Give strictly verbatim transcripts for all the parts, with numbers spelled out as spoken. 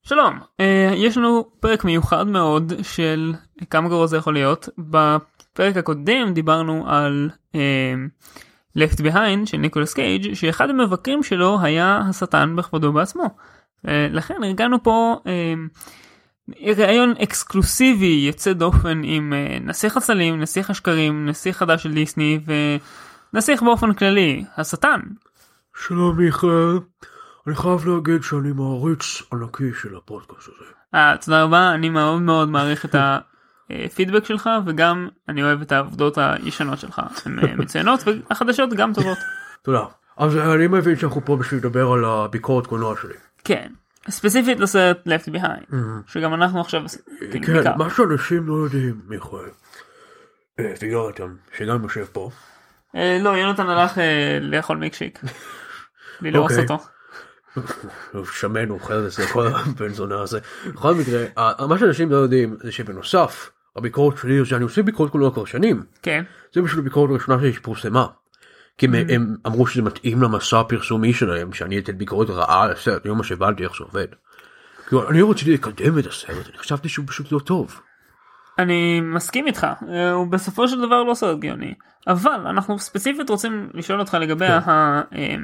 שלום, יש לנו פרק מיוחד מאוד של כמה גרוע זה יכול להיות. בפרק הקודם דיברנו על Left Behind של ניקולס קייג' שאחד המבקרים שלו היה השטן בכבודו בעצמו. לכן הרגענו פה רעיון אקסקלוסיבי יוצא דופן עם נסיך הצללים, נסיך השקרים, נסיך חדש של דיסני ונסיך באופן כללי, השטן. שלום מיכאל, אני חייב להגיד שאני מעריץ ענקי של הפודקאסט הזה. אה, תודה רבה, אני מאוד מאוד מעריך את הפידבק שלך, וגם אני אוהב את העבודות הישנות שלך, הן מצוינות, והחדשות גם טובות. תודה. אז אני מבין שאנחנו פה בשביל לדבר על הביקורת קולנוע שלי. כן, ספציפית לסרט Left Behind, שגם אנחנו עכשיו... כן, מה שאנשים לא יודעים, מיכאל, ויונתן, שגם יושב פה. לא, יונתן הלך לאכול מיקשיק, ללעוס אותו. שמן אוכל את זה, כל הבן זונה הזה. בכל מקרה, מה שאנשים לא יודעים זה שבנוסף, הביקורת שלי, שאני עושה ביקורת קולנוע כבר שנים. כן. זה בשביל הביקורת הראשונה שלי שפורסמה. כי הם אמרו שזה מתאים למסע הפרסומי שלהם, שאני אתן ביקורת רעה על הסרט, אני לא מה שהבנתי איך זה עובד. כאילו, אני רציתי לקדם את הסרט, אני חשבתי שהוא פשוט לא טוב. אני מסכים איתך, הוא בסופו של דבר לא סרט גאוני, אבל אנחנו ספציפית רוצים לשאול אותך לגבי ה...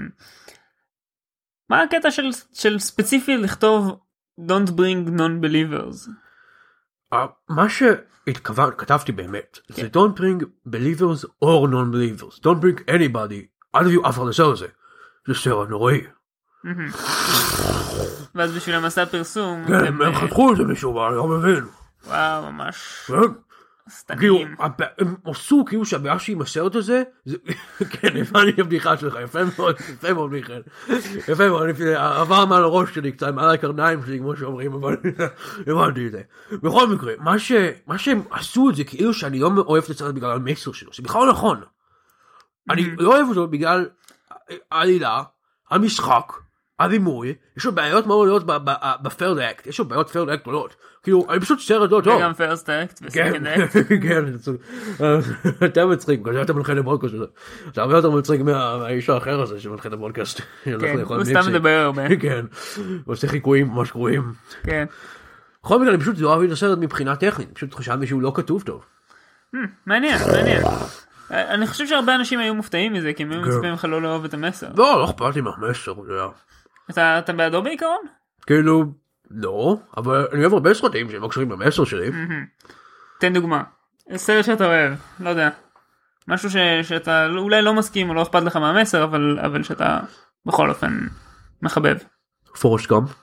מה הקטע של, של ספציפי לכתוב Don't bring non-believers? מה שהתכוון, כתבתי באמת, זה Don't bring believers or non-believers. Don't bring anybody, אל תביאו אף אחד לסרט הזה. זה סרט נוראי. ואז בשביל המסע פרסום... כן, הם חתכו את זה משהו, אני לא מבין. וואו, ממש... סתנים. הם עשו כאילו שהבעיה שהיא עם הסרט הזה, כן, הבנתי הבדיחה שלך, יפה מאוד, יפה מאוד מיכאל, יפה מאוד, עבר מעל הראש שלי קצת, מעל הקרניים שלי, כמו שאומרים, אבל הבנתי את זה. בכל מקרה, מה שהם עשו את זה, כאילו שאני לא אוהב את הסרט בגלל המסר שלו, זה בכלל לא נכון. אני לא אוהב אותו בגלל העלילה, המשחק, הדימוי, יש לו בעיות מאוד מאוד בפרד אקט, יש לו בעיות פרד אקט גדולות, כאילו, אני פשוט סרט לא טוב. וגם פרסט אקט וסקנד אקט. כן, אתה מצחיק, כזה אתה מלכה לבודקאסט הזה, אתה הרבה יותר מצחיק מהאיש האחר הזה שמלכה לבודקאסט. כן, הוא סתם מדבר הרבה. כן, הוא עושה חיקויים ממש גרועים. כן. בכל מקרה, אני פשוט לא אוהב את הסרט מבחינה טכנית, פשוט חשבתי שהוא לא כתוב טוב. מעניין, מעניין. אני חושב שהרבה אנשים היו מופתעים מזה, כי הם היו מצפים לך לא לאהוב את המסר. לא, לא אכפת לי מהמסר, אתה בעדו בעיקרון? כאילו, לא, אבל אני אוהב הרבה סרטים שהם לא קשורים במסר שלי. תן דוגמה. סרט שאתה אוהב, לא יודע. משהו שאתה אולי לא מסכים או לא אכפת לך מהמסר, אבל שאתה בכל אופן מחבב. פורסט גאמפ.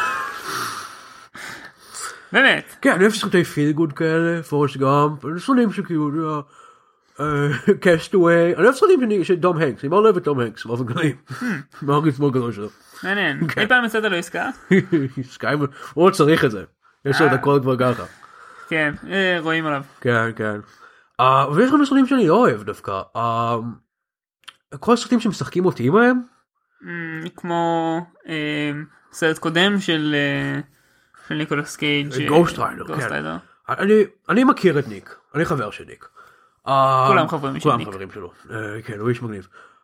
באמת? כן, אני אוהב סרטי פיל גוד כאלה, פורסט גאמפ, סרטים שכאילו, קאסטווי, אני אוהב סרטים של דום הנקס, אני מאוד אוהב את דום הנקס, באופן כללי. מרגיש מאוד גדול שלו. מעניין, אי פעם יצאת לו עסקה? עסקה, הוא לא צריך את זה, יש לו את הכל כבר ככה. כן, רואים עליו. כן, כן. ויש לנו סרטים שאני לא אוהב דווקא, כל הסרטים שמשחקים אותי מהם? כמו סרט קודם של ניקולס קייג' גוסט ריידר, כן. אני מכיר את ניק, אני חבר של ניק. כולם חברים של ניק. כולם חברים שלו, כן, הוא איש מגניב.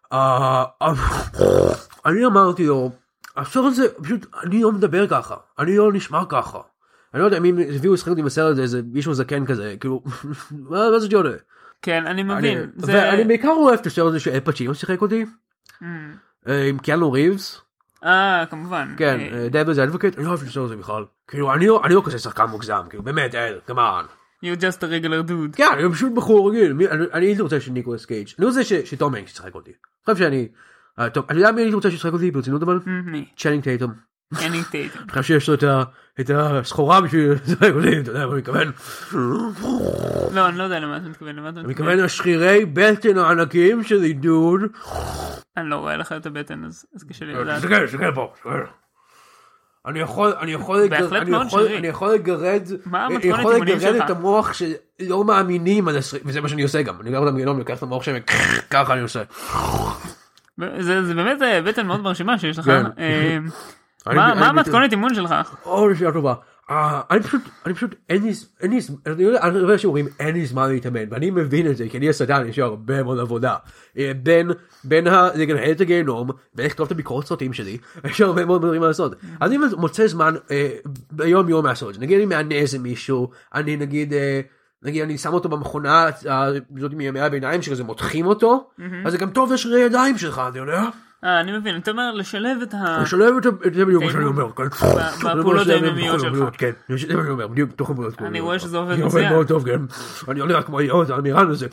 אני אמרתי לו, הסרט הזה, פשוט, אני לא מדבר ככה, אני לא נשמע ככה. אני לא יודע אם הביאו לשחק אותי בסרט הזה, איזה מישהו זקן כזה, כאילו, מה זה ג'ודה? כן, אני מבין. ואני בעיקר אוהב את הסרט הזה שאל פצ'ינו שיחק אותי, עם קיאנו ריבס. אה, כמובן. כן, דאבלס אדבוקט, אני לא אוהב את הסרט הזה בכלל. כאילו, אני לא כזה שחקן מוגזם, כאילו, באמת, אל, כמובן. You're just a regular dude. כן, אני פשוט בחור רגיל, אני הייתי רוצה שניקולס קייג', אני רוצה שטום הנקס ישחק אותי. אני חושב שאני, אני יודע מי הייתי רוצה שישחק אותי ברצינות אבל? מי? צ'נינג טייטום. צ'נינג טייטום. אני חושב שיש לו את הסחורה בשביל לשחק אותי, אתה יודע מה אני מתכוון? לא, אני לא יודע למה אתה מתכוון. אני מתכוון לשחירי בטן הענקים שלי, דוד. אני לא רואה לך את הבטן, אז קשה לי לדעת. שתקל, שתקל פה, שתקל. אני יכול, אני יכול, אני יכול לגרד, יכול לגרד את המוח שלא מאמינים על הסרט, וזה מה שאני עושה גם, אני גר אותם גנום, לקח את המוח שלהם, ככה אני עושה. זה באמת בטן מאוד מרשימה שיש לך. מה המתכונת אימון שלך? או, שאלה טובה. אני פשוט, אני פשוט, אין לי, אין לי, אני יודע, אני יודע שאומרים, אין לי זמן להתאמן, ואני מבין את זה, כי אני הסדן, יש לי הרבה מאוד עבודה. בין, בין לגנהל את הגיהנום, ולכתוב את הביקורת סרטים שלי, יש הרבה מאוד דברים לעשות. אז אני מוצא זמן, ביום יום לעשות את זה. נגיד אני מענה איזה מישהו, אני נגיד, נגיד אני שם אותו במכונה, זאת מימי הביניים, שכזה מותחים אותו, אז זה גם טוב לשרירי ידיים שלך, אתה יודע? אה, אני מבין, אתה אומר לשלב את ה... לשלב את זה בדיוק מה שאני אומר, כן. בפעולות היממיות שלך. כן, זה מה שאני אומר, בדיוק תוך הפעולות. אני רואה שזה עובד מצוין. מצוין. מאוד טוב, כן. אני עולה רק כמו יאות, האמירן הזה.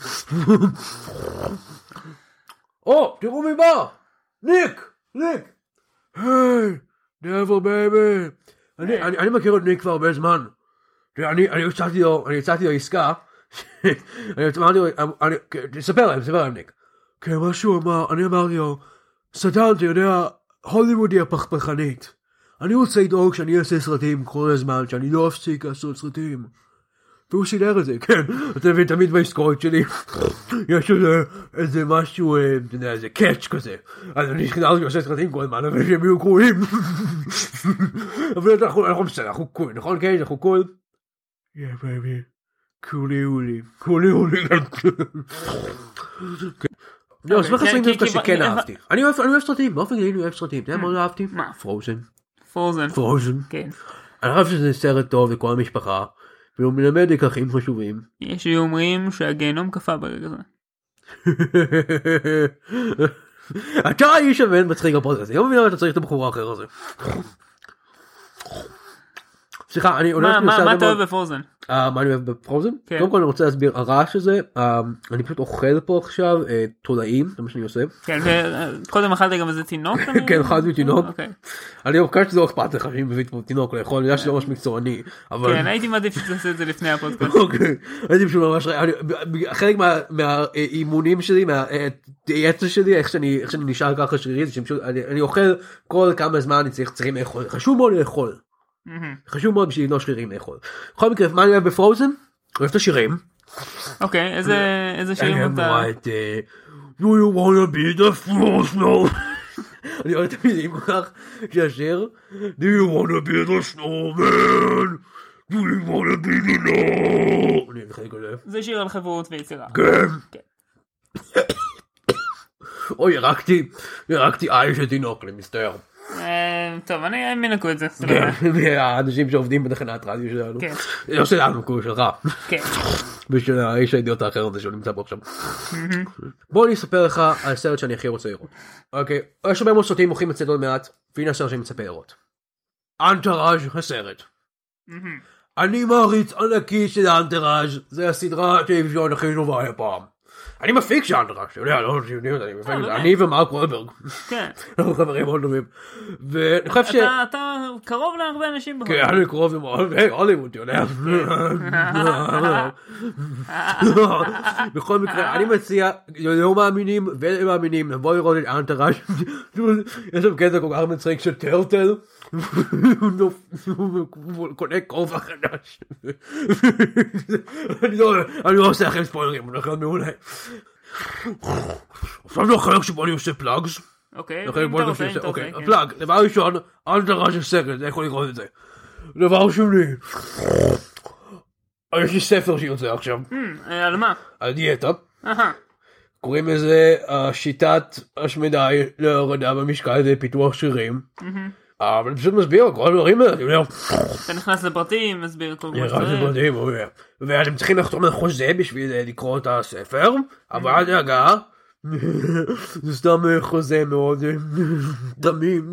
או, תראו מי בא! ניק! ניק! היי! דאבל בייבי! אני מכיר את ניק כבר הרבה זמן. אני הצעתי לו, אני הצעתי לו עסקה. אני אמרתי לו, תספר להם, תספר להם ניק. כן, מה שהוא אמר, אני אמרתי לו, סטן, אתה יודע, הוליווד היא הפכפכנית. אני רוצה לדאוג שאני אעשה סרטים כל הזמן, שאני לא אפסיק לעשות סרטים. והוא סידר את זה, כן. אתה מבין, תמיד בעסקאות שלי, יש איזה משהו, אתה יודע, איזה קאץ' כזה. אז אני חדרתי לעושה סרטים כל הזמן, אבל שהם יהיו קרויים. אבל אנחנו בסדר, אנחנו קול, נכון קייג', אנחנו קול? יא בייבי, קולי אולי, קולי אולי. לא, אז איך עשרים דווקא שכן אהבתי. אני אוהב סרטים, באופן כללי אני אוהב סרטים. אתה יודע מה לא אהבתי? מה? פרוזן. פרוזן. פרוזן. כן. אני חושב שזה סרט טוב לכל המשפחה, והוא מלמד לקחים חשובים. יש שאומרים שהגיהנום קפא ברגע זה. אתה האיש הבן מצחיק הפודקאסט, אני לא מבין למה אתה צריך את הבחורה האחר הזה. סליחה, אני... מה אתה אוהב בפרוזן? מה אני אוהב בפרוזן? קודם כל אני רוצה להסביר, הרעש הזה, אני פשוט אוכל פה עכשיו תולעים, זה מה שאני עושה. כן, וקודם אכלת גם איזה תינוק? כן, אכלתי תינוק. אני חושב שזה לא אכפת לך שאני מביא פה תינוק לאכול, אני יודע שזה ממש מקצועני. כן, הייתי מעדיף שתעשה את זה לפני הפודקאסט. אוקיי, הייתי פשוט ממש... חלק מהאימונים שלי, מהדיאטה שלי, איך שאני נשאר ככה שרירית, אני אוכל כל כמה זמן אני צריכים לאכול, חשוב מאוד לאכול. חשוב מאוד בשביל לא שרירים לאכול. בכל מקרה, מה אני אוהב בפרוזן? אוהב את השירים. אוקיי, איזה שירים אתה... Do you wanna be the frozen? אני אוהב את המילים כל כך שהשיר Do you wanna be the snowman? Do you wanna be the no? אני חלק עליו. זה שיר על חברות ויצירה. כן. אוי, ירקתי, ירקתי עי של תינוק, אני מסתער. טוב, אני מנקו את זה. האנשים שעובדים בתחנת רדיו שלנו. כן. לא שלנו, כמו שלך. כן. בשביל האיש האידיוט האחר הזה שהוא נמצא פה עכשיו. בוא אני אספר לך על סרט שאני הכי רוצה לראות. אוקיי, יש הרבה מאוד סרטים מוכרים לצאת עוד מעט, והנה הסרט שאני מצפה לראות. אנטראז' הסרט. אני מעריץ ענקי של אנטראז', זה הסדרה טלוויזיון הכי טובה אי פעם. אני מפיק של אנטראז', אתה יודע, לא יודעים, אני מפיק את זה, אני ומרק וולברג. כן. אנחנו חברים מאוד טובים. ואני חושב ש... אתה קרוב להרבה אנשים בחוץ. כן, אני קרוב למאוד, היי, הוליווד, אתה יודע. בכל מקרה, אני מציע, לא מאמינים ולא מאמינים, לבוא לראות את אנטראז'. יש שם קטע כל כך מצחיק של טרטל. הוא קונה כובע חדש. אני לא עושה לכם ספוילרים, הוא נכלל מעולה. עכשיו זה החלק שבו אני עושה פלאגס. אוקיי, אוקיי, הפלאג, דבר ראשון, אנטראז' הסרט, זה יכול לראות את זה. דבר שני, יש לי ספר שיוצא עכשיו. על מה? על דיאטה. קוראים לזה שיטת השמדי להורדה במשקל ופיתוח שרירים. אבל אני פשוט מסביר כל הדברים האלה. אתה נכנס לפרטים, מסביר כל מה שצריך. נכנס לפרטים, ואתם צריכים לחתום על חוזה בשביל לקרוא את הספר, אבל אל דאגה, זה סתם חוזה מאוד דמים.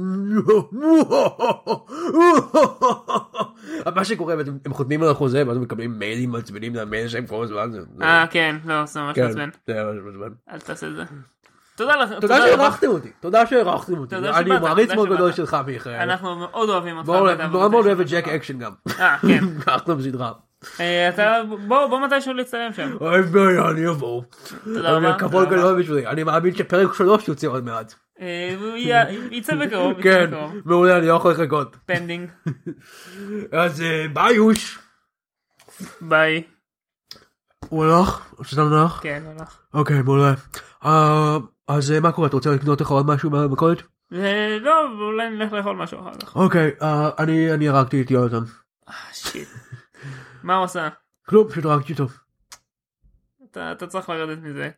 מה שקורה, הם חותמים על החוזה, ואז הם מקבלים מיילים מעצבנים למייל שהם כל הזמן. אה, כן, לא, זה ממש מעצבן. זה ממש מעצבן. אל תעשה את זה. תודה לך. תודה שהערכתם אותי. תודה שהערכתם אותי. אני מעריץ מאוד גדול שלך, מיכאל. אנחנו מאוד אוהבים אותך. מאוד מאוד אוהב את ג'ק אקשן גם. אה, כן. אנחנו בסדרה. בוא מתישהו להצטלם שם. אוי בעיה, אני אבוא. תודה רבה. כבוד גדול בשבילי. אני מאמין שפרק שלוש יוצא עוד מעט. יצא בקרוב. כן, מעולה, אני לא יכול לחכות. פנדינג. אז ביי יוש. ביי. הוא הלך? או שזה הלך? כן, הוא הלך. אוקיי, מעולה. אז מה קורה? אתה רוצה לקנות לך עוד משהו במכולת? לא, אולי נלך לאכול משהו אחר כך. אוקיי, אני הרגתי את יונתן. שיט. מה הוא עשה? כלום, פשוט הרגתי אותו. אתה, אתה צריך לרדת מזה.